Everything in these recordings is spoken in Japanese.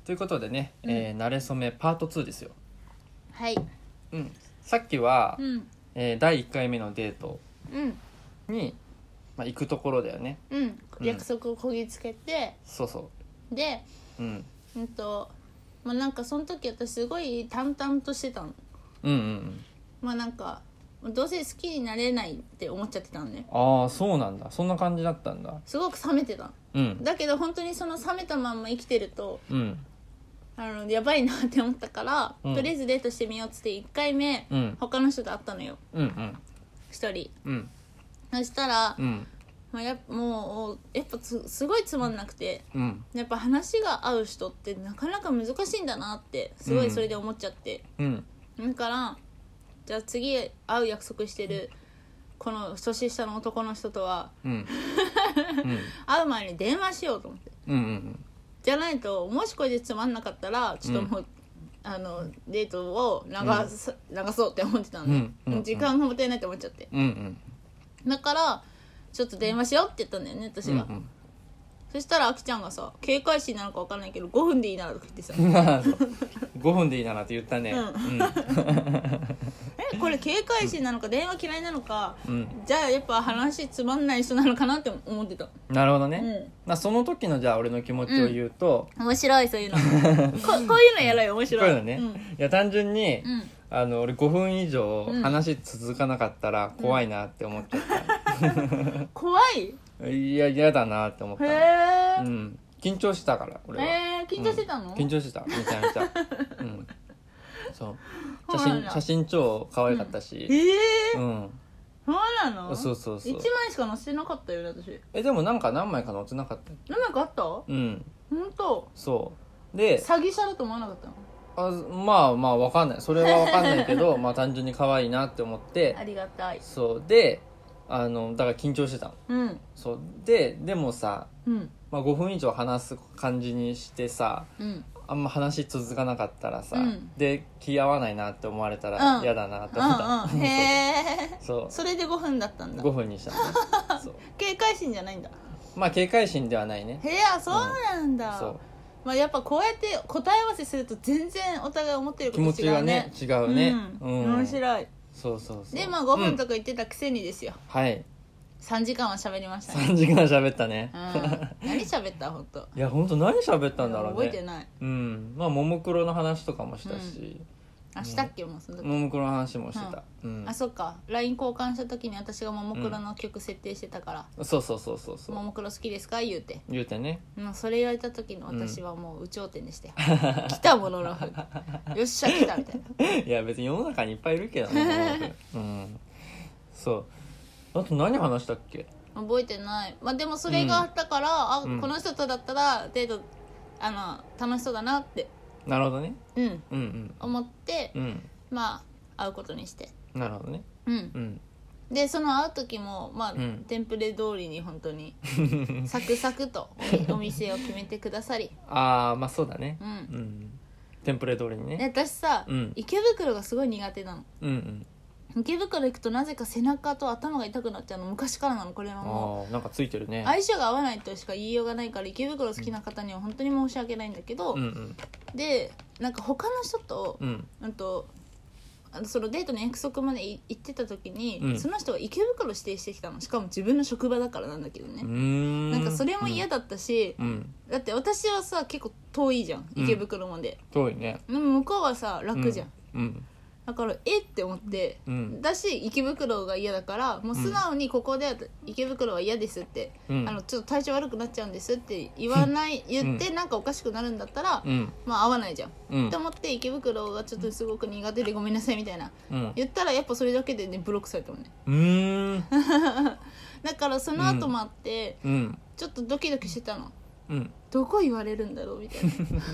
ということでね、慣れ初めパート2ですよ。 はい。 さっきは、第1回目のデートに、行くところだよね。 約束をこぎつけて、 そうそうで、なんかその時私すごい淡々としてたの。なんかどうせ好きになれないって思っちゃってたのね。 ああ、そうなんだ。そんな感じだったんだ。 すごく冷めてた、だけど本当にその冷めたまんま生きてると、やばいなって思ったから、とりあえずデートしてみようっつって1回目、他の人と会ったのよ、一人、そしたら、もうやっぱすごいつまんなくて、やっぱ話が合う人ってなかなか難しいんだなってすごいそれで思っちゃって、だからじゃあ次会う約束してるこの年下の男の人とは、会う前に電話しようと思って、じゃないともしこれでつまんなかったらちょっともう、デートを流そうって思ってたの、時間がもったいないって思っちゃって、だからちょっと電話しようって言ったんだよね私が、そしたらあきちゃんがさ、警戒心なのか分かんないけど5分でいいならとか言ってさ 5分でいいならって言ったね、 これ警戒心なのか電話嫌いなのか、じゃあやっぱ話つまんない人なのかなって思ってた。 なるほどね、その時のじゃあ俺の気持ちを言うと、 面白いそういうのこういうのやらい面白い。 こういうのね、いや単純に、俺5分以上話続かなかったら怖いなって思っちゃった、 怖い？ いや嫌だなって思った。緊張したから俺は。 緊張してたの？ 緊張してためちゃめちゃそう写真超可愛かったし、 そうなの？ そうそうそう、 1枚しか載せてなかったよね私。 でもなんか何枚か載ってなかった。 何枚かあった？本当？ そうで詐欺者だと思わなかったの？ まあ分かんない、それは分かんないけど単純に可愛いなって思って、 ありがたい。 そうでだから緊張してたの、そうでもさ、5分以上話す感じにしてさ、あんま話続かなかったらさ、で気合わないなって思われたら嫌だなって思った、それで5分だったんだ。 5分にしたのそう警戒心じゃないんだ。 警戒心ではないね。 そうなんだ、そうやっぱこうやって答え合わせすると全然お互い思ってること違うね。 気持ちがね違うね、 面白い。 そうで 5分とか言ってたくせにですよ、 はい 3時間は喋りましたね。 3時間喋ったね、 何喋った本当。 いや本当何喋ったんだろうね。 覚えてない。 ももクロの話とかもしたし、 したっけ？もうその時ももクロの話もしてた、 そっか LINE 交換した時に私がももクロの曲設定してたから、 そうももクロ好きですか言うてね、 それ言われた時の私はもう有頂天でしたよ、来たもののよっしゃ来たみたいな。 いや別に世の中にいっぱいいるけどねそうあと何話したっけ覚えてない。でもそれがあったから、この人とだったらデート楽しそうだなってなるほどね思って、会うことにして。 なるほどね。 でその会う時もテンプレ通りに本当にサクサクとお店を決めてくださりそうだね、テンプレ通りにね。 私さ、池袋がすごい苦手なの。池袋行くとなぜか背中と頭が痛くなっちゃうの。昔からなの。これはもうなんかついてるね。 相性が合わないとしか言いようがないから池袋好きな方には本当に申し訳ないんだけど、でなんか他の人と、そのデートの約束まで行ってた時に、その人は池袋指定してきたの。しかも自分の職場だからなんだけどね。なんかそれも嫌だったし、だって私はさ結構遠いじゃん池袋まで、 遠いね。 向こうはさ楽じゃん、だからって思って、だし池袋が嫌だからもう素直にここで池袋は嫌ですって、ちょっと体調悪くなっちゃうんですって言ってなんかおかしくなるんだったら、合わないじゃん、って思って池袋がちょっとすごく苦手でごめんなさいみたいな、言ったらやっぱそれだけでねブロックされたもんね。だからその後もあって、ちょっとドキドキしてたの。どこ言われるんだろうみたい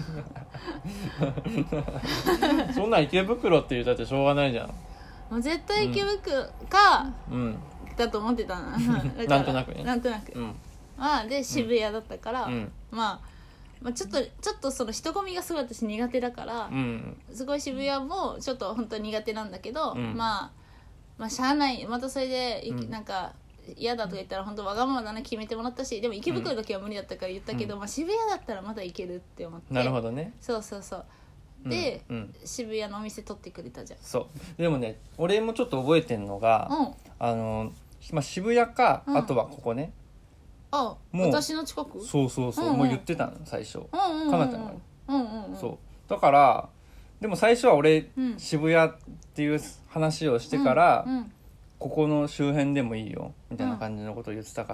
なそんな池袋って言ったってしょうがないじゃん。 もう絶対池袋か、だと思ってたななんとなくね。 なんとなく、で渋谷だったから、ちょっとその人混みがすごい私苦手だから、すごい渋谷もちょっと本当に苦手なんだけど、しゃあない。またそれで、なんか嫌だとか言ったら本当わがままだな決めてもらったし、でも池袋だけは無理だったから言ったけど、まあ、渋谷だったらまだ行けるって思って。 なるほどね。 そうそうそうで、渋谷のお店取ってくれたじゃん。 そうでもね俺もちょっと覚えてんのが、まあ、渋谷か、あとはここね、 もう私の近く。 そう、もう言ってたの最初、かなちゃんが、そうだからでも最初は俺、渋谷っていう話をしてから、ここの周辺でもいいよみたいな感じのことを言ってたから、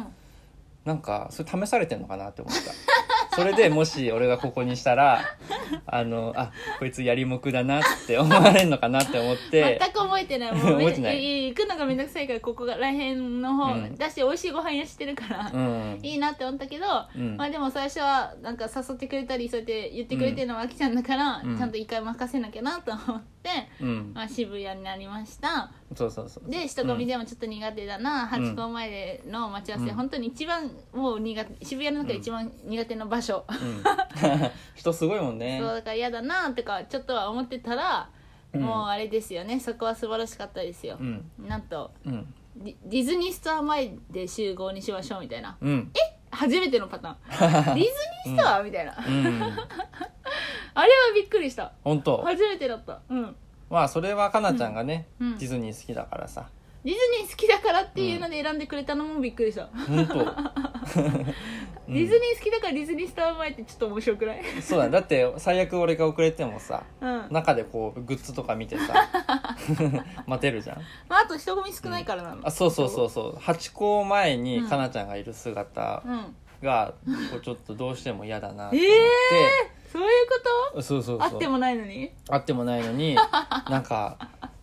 なんかそれ試されてんのかなって思ったそれでもし俺がここにしたらこいつやりもくだなって思われるのかなって思って全く覚えてない。もう覚えてない。 行くのがめんどくさいからここがらへんの方、だし美味しいご飯屋してるから、いいなって思ったけど、まあでも最初はなんか誘ってくれたりそうやって言ってくれてるのはあきちゃんだから、ちゃんと一回任せなきゃなと思って、まあ、渋谷になりました。 そうで人混みでもちょっと苦手だな、ハチ公前での待ち合わせ、本当に一番もう渋谷の中で一番苦手な場所、 人すごいもんね。 そうだから嫌だなとかちょっとは思ってたら、もうあれですよね、そこは素晴らしかったですよ、なんと、ディズニーストア前で集合にしましょうみたいな、初めてのパターンディズニーストア、みたいなあれはびっくりした。 本当初めてだった。 まあそれはかなちゃんがね、ディズニー好きだからさ、 ディズニー好きだからっていうので選んでくれたのもびっくりした。 本当ディズニー好きだからディズニースター前ってちょっと面白くない？ そうだって最悪俺が遅れてもさ、中でこうグッズとか見てさ待てるじゃん。 まあ、あと人混み少ないからなの、 そうハチ公前にかなちゃんがいる姿がこうちょっとどうしても嫌だなって思って、 そういうこと？ そうあってもないのになんか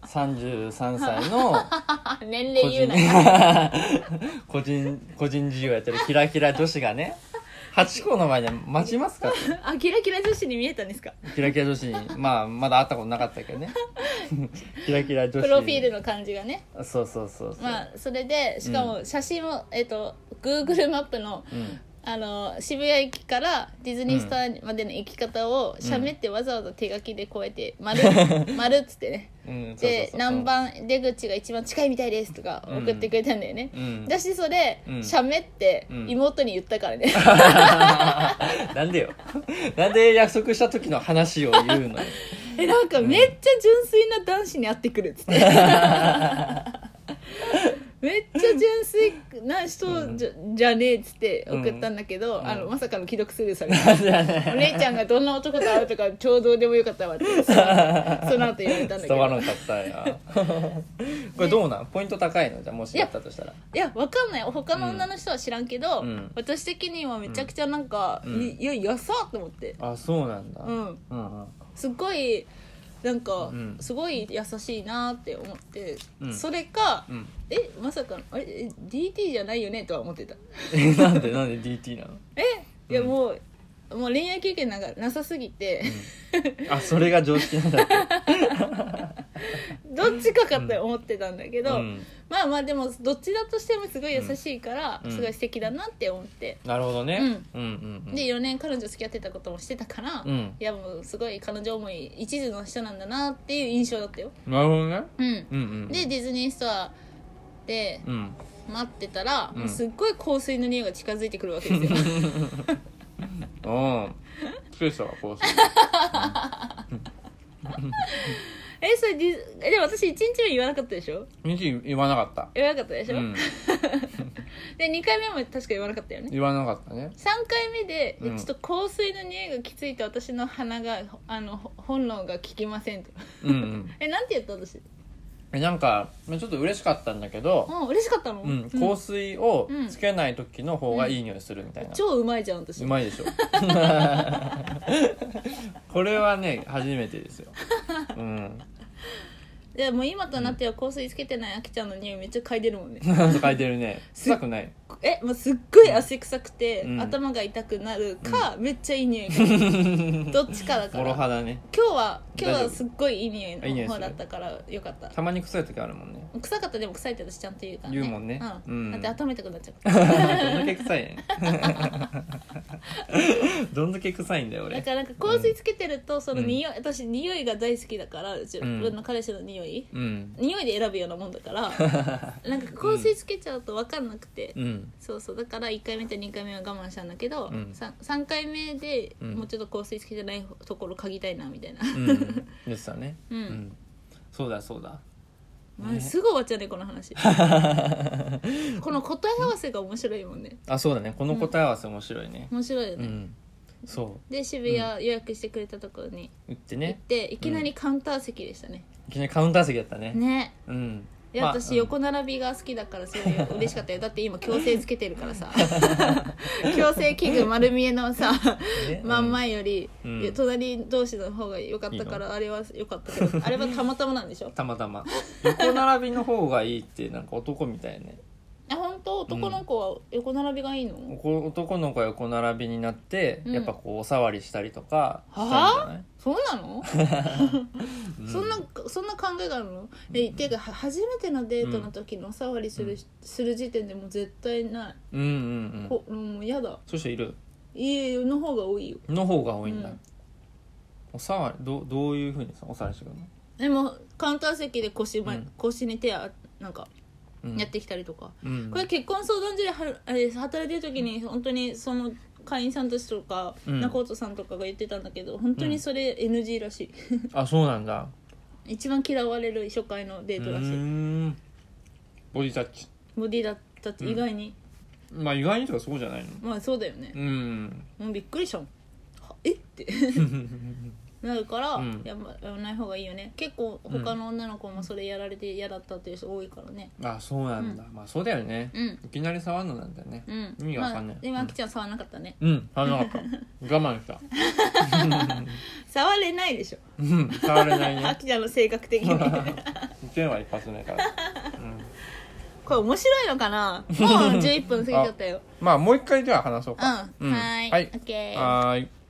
33歳の年齢言うな個人事業やってるキラキラ女子がね、ハチ公の前で待ちますかってキラキラ女子に見えたんですか？ キラキラ女子に、まあまだ会ったことなかったけどねキラキラ女子プロフィールの感じがね。 そうまあそれでしかも写真も、Google マップの、渋谷駅からディズニーストアまでの行き方を喋ってわざわざ手書きでこうやって丸っつってね、で何番出口が一番近いみたいですとか送ってくれたんだよね、私それ喋って妹に言ったからね、 なんでよなんで約束した時の話を言うのよなんかめっちゃ純粋な男子に会ってくるっつってめっちゃ純粋な人じゃねえっつって送ったんだけど、まさかの既読スルーされたお姉ちゃんがどんな男と会うとかちょうどでもよかったわってその後言われたんだけど、 伝わらなかったやこれどうなん？ポイント高いの？じゃあもしやったとしたら。 いやわかんない、他の女の人は知らんけど、私的にはめちゃくちゃなんか、いや安っと思って。 あ、そうなんだ。 すっごいなんか、すごい優しいなって思って、それか、まさかDT じゃないよねとは思ってた。 なんで DT なの？ いやもう恋愛経験なんかなさすぎて、 それが常識なんだってどっちかって思ってたんだけど、まあでもどっちだとしてもすごい優しいから、すごい素敵だなって思って。 なるほどね。 で4年彼女付き合ってたこともしてたから、いやもうすごい彼女思い一途の人なんだなっていう印象だったよ。 なるほどね。 でディズニーストアで待ってたら、すっごい香水の匂いが近づいてくるわけですよスイスは香水それでも私1日目言わなかったでしょ ？1日言わなかった。 言わなかったでしょ、で2回目も確か言わなかったよね。 言わなかったね。 3回目で、ちょっと香水の匂いがきついと私の鼻が本能が効きませんとなんて言った私？ なんかちょっと嬉しかったんだけど、 嬉しかったの？ 香水をつけない時の方がいい匂いするみたいな。 超うまいじゃん私。 うまいでしょこれはね初めてですよ。 でもう今となっては香水つけてないあきちゃんの匂いめっちゃ嗅いでるもんね。 嗅いでるね。臭くない。 もうすっごい汗臭くて、頭が痛くなるか、めっちゃいい匂いかどっちかだから。 ボロ肌ね。 今日はすっごいいい匂いの方だったからよかった。 たまに臭い時あるもんね。 臭かったでも臭いって私ちゃんと言うからね。 言うもんね。 だって頭痛くなっちゃうどんだけ臭いねどんだけ臭いんだよ俺。 だからなんか香水つけてるとその匂い、私匂いが大好きだから自分の彼氏の匂い、匂いで選ぶようなもんだからなんか香水つけちゃうと分かんなくて、そうだから1回目と2回目は我慢したんだけど、3回目でもうちょっと香水つけてないところ嗅ぎたいなみたいなですよね。そうだそうだ。 すぐ終わっちゃうねこの話この答え合わせが面白いもんね。 あ、そうだね、この答え合わせ面白いね。 面白いよね。 そうで渋谷予約してくれたところに行っていきなりカウンター席でしたね。 いきなりカウンター席だったね。 ね。いや私横並びが好きだからすごい嬉しかったよ。だって今矯正つけてるからさ矯正器具丸見えのさ真ん前より隣同士の方が良かったから、あれは良かったけど、あれはたまたまなんでしょ。 たまたま横並びの方がいいってなんか男みたいね。 本当？男の子は横並びがいいの？ 男の子は横並びになって、やっぱこうお触りしたりとかしたんじゃない？ そうなのそんな考えがあるの？ていうか初めてのデートの時のお触りする時点でもう絶対ない。もうやだ。 そういう人いる？ いいの方が多いよ。 の方が多いんだ。お触りどういう風にさお触りしてくるの？ でもカウンター席で腰に手なんかやってきたりとか、これ結婚相談所で働いてる時に本当にその会員さんたちとか、中本さんとかが言ってたんだけど、本当にそれ NG らしいあ、そうなんだ。 一番嫌われる初回のデートらしい。 ボディタッチ。 ボディだったって意外に、 まあ意外にとかそうじゃないの？ まあそうだよね。もうびっくりしたもん。ってなるから、やらない方がいいよね。結構他の女の子もそれやられて嫌だったっていう人多いからね。 あ、そうなんだ。まあそうだよね。いきなり触るのなんだよね。意味が分かんない。 でもあきちゃん触らなかったね。 触らなかった。我慢した。 触れないでしょ。 触れないね。 あきちゃんの性格的に。 1は一発目から。 これ面白いのかな？もう11分過ぎちゃったよ。 まあもう一回じゃあ話そうか。 はい。 はい。 オッケー。 はい。